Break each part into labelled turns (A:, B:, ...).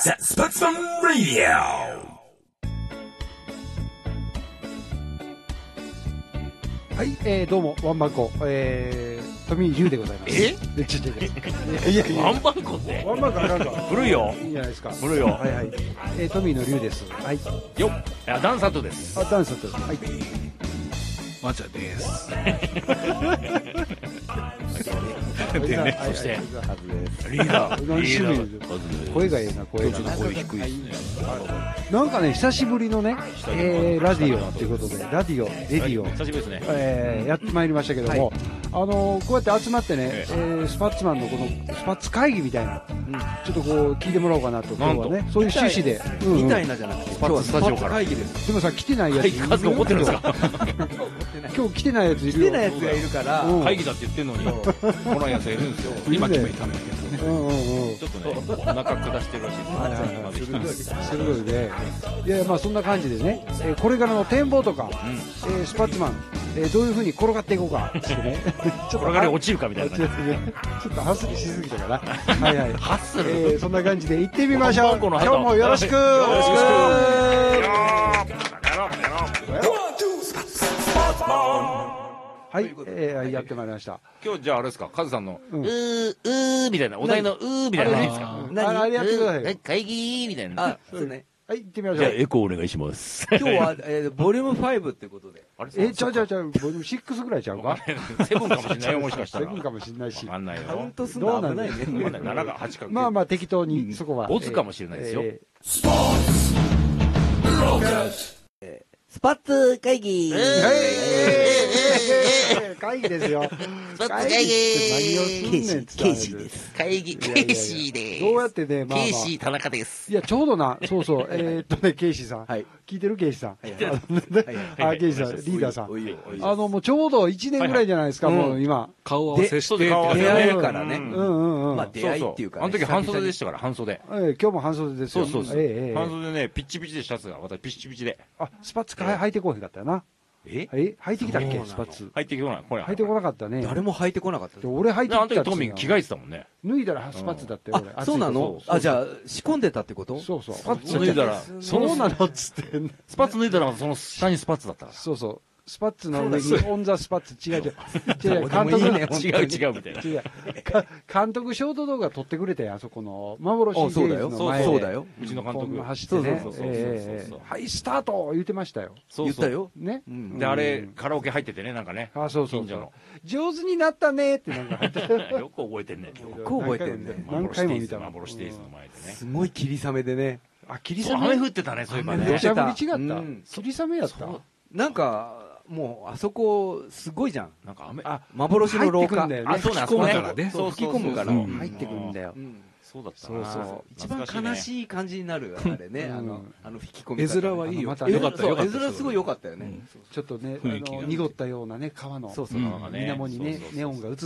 A: ザ・スパッツマン・ラディオ。
B: はい、どうも、ワンバンコ、富井龍でございます。いやいや、
C: ワンバンコって。
B: ワンバンコあかんか。
C: 古いよ。
B: いいじゃないですか。
C: 古いよ。
B: はいはい。富井の龍です。はい。
C: よっ。ダンサーとです。
B: あ、ダンサーと。はい。
D: マチャです。
C: でね、そしてリーダー。
B: 声がええな、声が。
C: ちょっと声低いですね。
B: なんかね、久しぶりのね、ラディオということで、レディオ、
C: 久しぶりですね。
B: やってまいりましたけども、こうやって集まってね、スパッツマンのこのスパッツ会議みたいな、ちょっとこう聞いてもらおうかなと、今日はね、そういう趣旨で。
E: みたいなじゃなくて、
C: スパッツスタジオから。
E: 会議です。
B: でもさ、来てないやつ。
C: 数残ってるんですか？
B: 今日来てないやついるよ。
E: 来てないやつがいるから、
C: 会議だって言ってんのに、来ないやつがいるんですよ。
D: 今決めたんだけどね。
C: ちょっとね、お腹下してるらしいです。
B: 鋭いね。いや、まあそんな感じでね、これからの展望とか、スパッツマン、どういう風に転がっていこうかってね。
C: 転がり落ちるかみたいな。ちょっ
B: とハッスルしすぎたかな。はいはい。
C: ハッスル。
B: そんな感じで行ってみましょう。今日もよろしく。はい、やってまいりました。
C: 今日じゃああれですか、カズさんのみたいな、お題のみたいなのないですか？
B: あれやってください。
C: 会議みたいな。
E: あ、そうね。
B: はい、行ってみましょう。
C: じゃあエコーお願いします。
E: 今日は、ボリューム5ってことで。
B: ちゃう、ボリューム6ぐらいちゃうか
C: ？7かもしれないよ、もしかしたら。
B: 7かもしれないし。
C: わかんないよ。
E: カウントするの危ないね。
C: 7か8か。
B: まあまあ適当に、そこは。
C: ボツかもしれないですよ。
E: スパッツ会議
B: 会議ですよ。
C: スパッツ会議
B: 何をすんねん。
E: ケイシーです。
C: 会議、ケイシーです。
B: どうやってね、まあ
C: ケイシー田中です。
B: いや、ちょうどな、そうそう、ケイシーさん。聞いてるケイシーさん。ケイシーさん、リーダーさん。もうちょうど1年ぐらいじゃないですか、もう今。
D: 顔合わせして。
E: 出会えるからね。
B: ま
E: あ出会いっていうか。
C: あの時半袖でしたから、半袖。
B: 今日も半袖ですよ。
C: そうそう。半袖でね、ピッチピチでシャツが、私ピッチピチで。
B: あ、スパッツ履いてこへんかったよな。履いてきたっけスパッツ。
C: 履いてこない。
B: 履いてこなかったね。
E: 誰も履いてこなかった。
B: 俺履いてきた。
C: あの時トミー着替えてたもんね。
B: 脱いだらスパッツだったよ、俺。
E: あ、そうなの？あ、じゃあ、仕込んでたってこと？
B: そうそう。
C: スパッツ脱いだら、
B: そうなのっつって。
C: スパッツ脱いだら、その下にスパッツだったから。
B: そうそう。スパッツの上にオンザスパッツ違う。
C: 監督違うみたいな。
B: 違う。監督ショート動画撮ってくれたやん、あそこの幻シリーズの前で。
E: そうだよ。
C: うちの監督
B: 走ってね。はい、スタート言ってましたよ。
E: 言ったよ。
B: ね。
C: で、あれ、カラオケ入っててね、なんかね。
B: あ、そうそう。上手になったねってなんか入って
C: た。よく覚えてんね。
E: よく覚えてんね。
B: 何回も見た。
C: 幻デイズの前でね。
E: すごい霧雨でね。
B: あ、霧雨。
C: 雨降ってたね、そういえばね。
B: 土砂降り違った。霧雨やった。
E: なんか、もう、あそこ、すごいじゃん。
C: なんか雨、
E: 幻の廊下。
C: あ、そうなん
E: そう、吹き込むから。
B: 入ってくるんだよ。
C: そうだった
E: そうそう。一番悲しい感じになる、あれね。吹き込み。
D: 絵面はいいよ。
E: よかった、よかった。絵面すごい良かったよね。
B: ちょっとね、濁ったようなね、川の水面にね、ネオンが映って、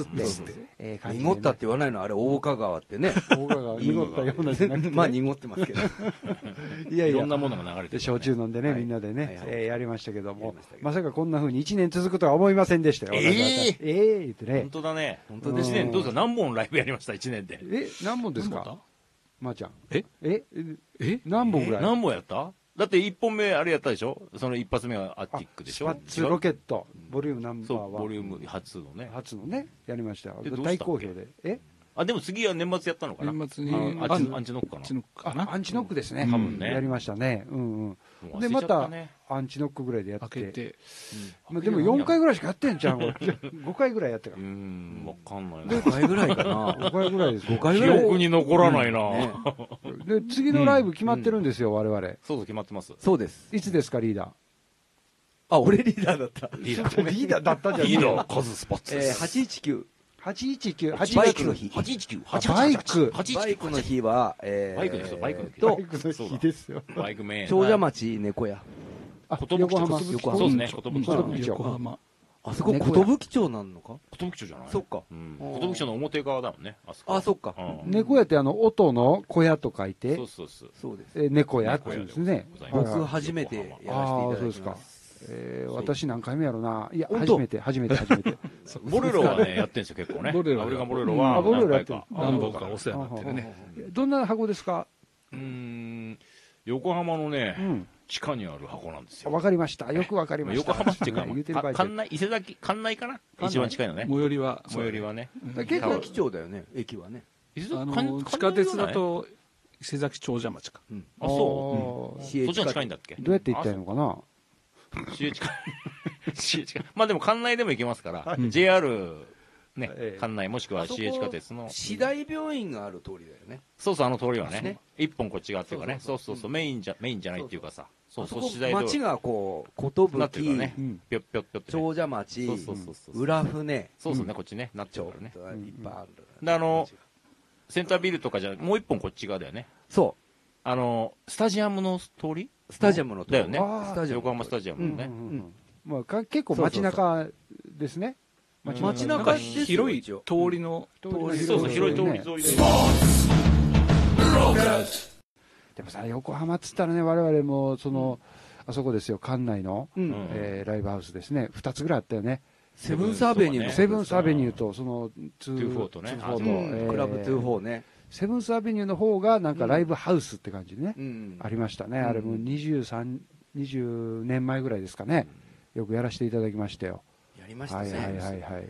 E: 濁ったって言わないの、あれ、大岡川ってね。
B: 大岡川、濁ったようなじゃなくて。
E: まあ、濁ってますけど。
B: いやいや。
C: いろんなものが流れて
B: 焼酎飲んでね、みんなでね、やりましたけども、まさかこんな風に1年続くとは思いませんでしたよ。言ってね。
C: 本当だね。本当ですね。どうですか、何本ライブやりました、1年で。
B: 何本ですかまーちゃん。
C: 何
B: 本ぐらい？
C: 何本やった？だって1本目あれやったでしょ？その一発目はアティックでしょ？
B: スパッツロケット、ボリュームナンバーは。
C: ボリューム初のね。
B: 初のね、やりました。大好評で。
C: あ、でも次は年末やったのかな？
D: 年末に。
C: アンチノックかな？
B: アンチノックですね。
C: 多分ね。
B: やりましたね。で、また、アンチノックぐらいでやって。
D: で
B: も4回ぐらいしかやってんじゃん。5回ぐらいやってから。
C: わかんない
E: な。5回ぐらいかな。
B: 5回ぐらいです。
E: 5回ぐらい。
C: 記憶に残らないな。
B: で、次のライブ決まってるんですよ、我々。
C: そう決まってます。
E: そうです。
B: いつですか、リーダー。
E: あ、俺リーダーだった。
B: リーダーだったじゃん。
C: リーダー、カズスパッツ。
E: 819。
B: 819、
E: バイクの日。
C: 819。
B: バイク。
E: バイクの日は、
C: バイクですよ、バイクの日。
B: バイクの日ですよ。
C: バイク名。
E: 長者町猫屋。
B: 横浜。
C: そうですね、
D: 横浜。
E: あそこ、寿町なんのか？
C: 寿町じゃない？
E: そっか。
C: 寿町の表側だもんね。
E: あ、そっか。
B: 猫屋って音の小屋と書いて。
E: そうです。
B: 猫屋って言うんですね。
E: 僕初めてやらせていただきます。
B: 私何回目やろな。いや、初めて。
C: ボレロはね、やってんですよ、結構ね。俺がボレロは。
B: ボレロやってる。
D: 何本かお世話になってるね。
B: どんな箱ですか？
C: 横浜のね、地下にある箱なんですよ。
B: わかりました。よくわかりました。
C: 横浜っていうか、
B: 言うてる場合
C: 関内、伊勢崎、関内かな一番近いのね。
D: 最寄りは
C: ね。
E: 結構貴重だよね、駅はね。
D: 地下鉄だと伊勢崎長者町か。
C: あ、そう。そっちが近いんだっけ？
B: どうやって行ったらいいのかな？
C: 市営近い。まあでも関内でも行けますから、JR ね、関内もしくは市営地下鉄の
E: 市大病院がある通りだよね。
C: そうそう、あの通りはね、一本こっち側っていうかね、そうそうそう、メインじゃないっていうかさ、そうそう、市大通り
E: 町がこう寿、
C: ぴょっぴょっぴょって
E: 長者町、浦船、
C: そうそうね、こっちね、なっちゃうからね。
E: いっぱいある。
C: で、センタービルとかじゃもう一本こっち側だよね。
E: そう。
C: スタジアムの通り？
E: スタジアムの通り
C: だよね。横浜スタジアムのね。
B: まあ結構街中ですね。
E: 街中ですよ。
D: 広い通りの。
C: そうそう、広い通り沿いで。
B: でもさ、横浜っつったらね、我々も、あそこですよ、館内のライブハウスですね。2つぐらいあったよね。
E: セブンスアベニュー。
B: セブンスアベニューと、
C: トゥーフォーとね。
E: クラブトゥーフォーね。
B: セブンスアベニューの方が、なんかライブハウスって感じね。ありましたね。あれも20年前ぐらいですかね。よくやらせていただきましたよ。
E: やりましたね。
B: はい。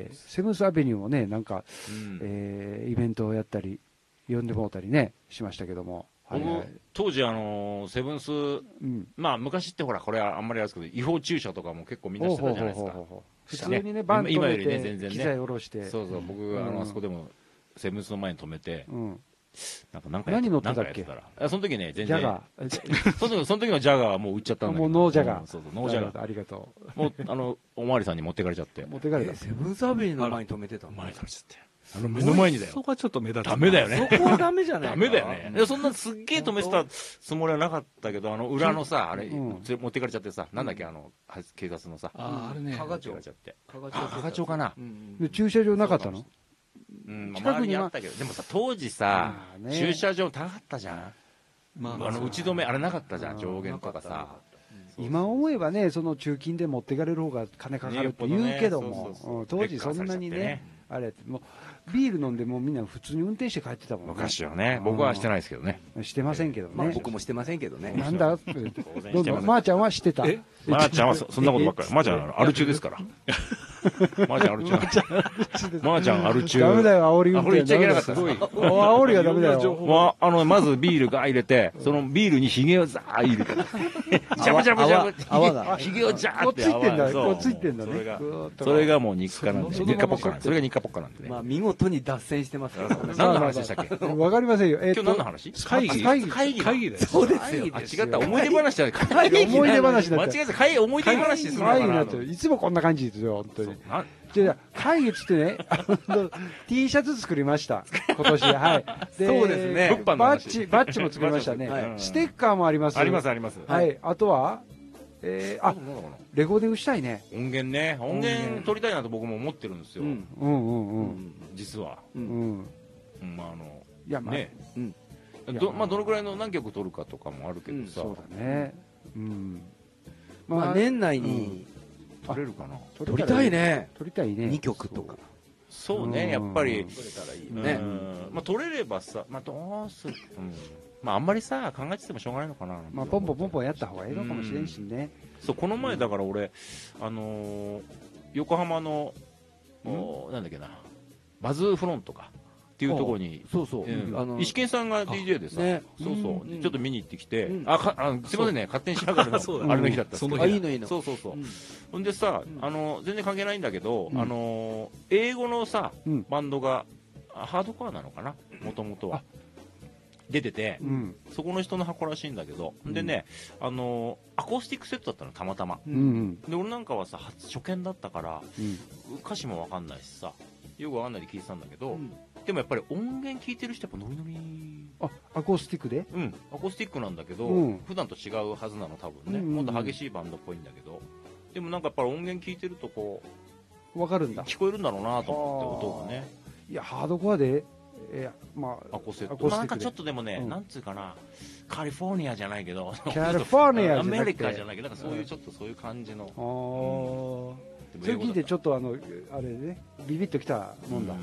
B: セブンスアベニューもね、なんか、イベントをやったり、呼んでもらったりね、しましたけども。
C: 当時、セブンス、まあ、昔ってほら、これはあんまりあれですけど、違法駐車とかも結構みんなしてたじゃないですか。
B: 普通にね、バン止めて、機材下ろして。
C: そうそう、僕、あそこでも、セブンスの前に止めて、
B: 何乗ってたっけ？
C: その時ね、全然。
B: ジャガー。
C: その時のジャガーはもう売っちゃったんだけど。
B: もうノージャガー。
C: そうそう、ノージャガー。
B: ありがと
C: う。もう、おまわりさんに持ってかれちゃって。
B: 持ってかれた。
E: セブンスアベニューの前に止めてたの？
C: 前に止めちゃって。目の前にだよ。
D: そこはちょっと目立つ。
C: ダメだよね。
E: そこはダメじゃない。
C: ダメだよね。そんなすっげえ止めてたつもりはなかったけど、裏のさ、あれ、持ってかれちゃってさ、なんだっけ、警察のさ。
D: あれね。
E: 加賀町。
C: 加賀町かな。
B: 駐車場なかったの？
C: 近くにあったけど、でもさ、当時さ、駐車場高かったじゃん。打ち止め、あれなかったじゃん、上限とかさ。
B: 今思えばね、その中金で持ってかれる方が金かかるって言うけども、当時そんなにね、あれ、もうビール飲んでもみんな普通に運転して帰ってたもんね。
C: 昔はね、僕はしてないですけどね。
B: してませんけどね。
E: 僕もしてませんけどね。
B: なんだどんどん、まーちゃんはしてた。
C: まーちゃんはそんなことばっかり。まーちゃんアル中ですから。まーちゃんアル中。まーちゃんアル中。
B: ダメだよ、煽り運転。
C: これ言っちゃいけなかった。
B: 煽りがダメだよ。
C: まずビールが入れて、そのビールにヒゲをザー入れて。ジャブジャブジャブ。
E: 泡が。
C: ヒゲをジャーって。
B: こうついてんだ、こうついてんだね。
C: それがもう日課なんで。日課ポッカなんで。それが日課ポッカなんでね。
E: まあ見事に脱線してますから。
C: 何の話でしたっけ？
B: わかりませんよ。
C: 今日何の話？
D: 会議
C: だよ。
E: そうですよ。
C: 違った。思い出話だよ。
B: 思い出話だ。
C: 間違えた。思い出話するのかな。
B: いつもこんな感じですよ、本当に。じゃあ、会議っつってね、T シャツ作りました。今年。はい。
E: そうですね。
B: バッジも作りましたね。ステッカーもあります。
C: あります、あります。
B: はい。あとは、レコーディングしたいね。
C: 音源ね。音源取りたいなと僕も思ってるんですよ。実は。
B: いや、まあ、
C: ね。どのくらいの何曲取るかとかもあるけどさ。
B: そうだね。
E: まあ、年内に
C: 取れるかな。
E: 取りたいね。
B: 取りたいね。
E: 2曲とか。
C: そうね、やっぱり。
E: 取れたらいいよね。
C: まあ、取れればさ、まあ、どうする。まあ、あんまりさ、考えててもしょうがないのかな。
B: まあ、ポンポンやった方がいいのかもしれんしね。
C: そう、この前だから俺、横浜の、なんだっけな、バズフロントか。っていうところに、石健さんが DJ でさ、そうそう、ちょっと見に行ってきて、すいませんね、勝手にしながらのあれの日だったんですけど、
E: いいのいいの。
C: そうそうそう。ほんでさ、全然関係ないんだけど、英語のさ、バンドが、ハードコアなのかな、もともとは。出てて、そこの人の箱らしいんだけど、でね、アコースティックセットだったの、たまたま。で、俺なんかはさ、初見だったから、歌詞もわかんないしさ、よくわかんないで聞いてたんだけど、でもやっぱり音源聞いてる人やっぱノリノリ。
B: アコースティックで？
C: アコースティックなんだけど、普段と違うはずなの多分ね。もっと激しいバンドっぽいんだけど、でもなんかやっぱり音源聞いてるとこ
B: う、わかるんだ。
C: 聞こえるんだろうなと思って音がね。
B: いや、ハードコアで、まあ、
C: アコースティック。なんかちょっとでもね、なんつうかな、カリフォルニアじゃないけど、
B: カリフォルニア
C: アメリカじゃないけど、なんかそういうちょっとそういう感じの。
B: それ聞いてちょっとあれね、ビビッときたもんだ。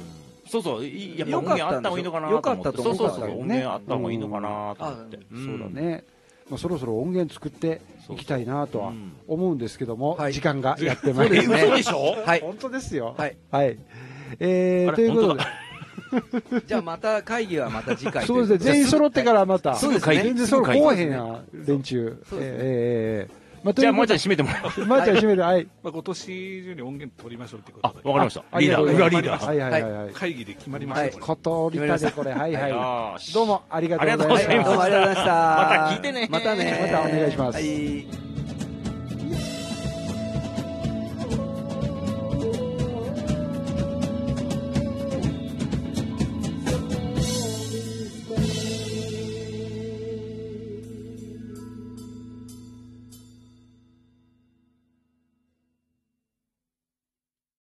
C: そうそう、やっぱ音源あった方がいいのかなと思って。
E: よかったと思う。
C: そうそうそう、音源あった方がいいのかなと思って。
B: そうだね。そろそろ音源作っていきたいなとは思うんですけども、時間がやってまいりました。
C: 嘘でしょ？
B: はい。本当ですよ。はい。はい。ということで。
E: じゃあまた会議はまた次回。
B: そうですね。全員揃ってからまた。
E: そうですね。
B: 全然揃こうへんや連中。
C: じゃあ、まーちゃん締めてもらう。
B: まーちゃん締めて、はい。
D: 今年中に音源取りましょうってことで。
C: わかりました。リーダー、裏リーダー。
B: はいはいはい。
D: 会議で決まりました。
B: ことりたでこれ、はいはい。どうもありがとうございました。
E: どうもありがとうございました。
C: また聞いてね。
E: またね。
B: またお願いします。
E: はい。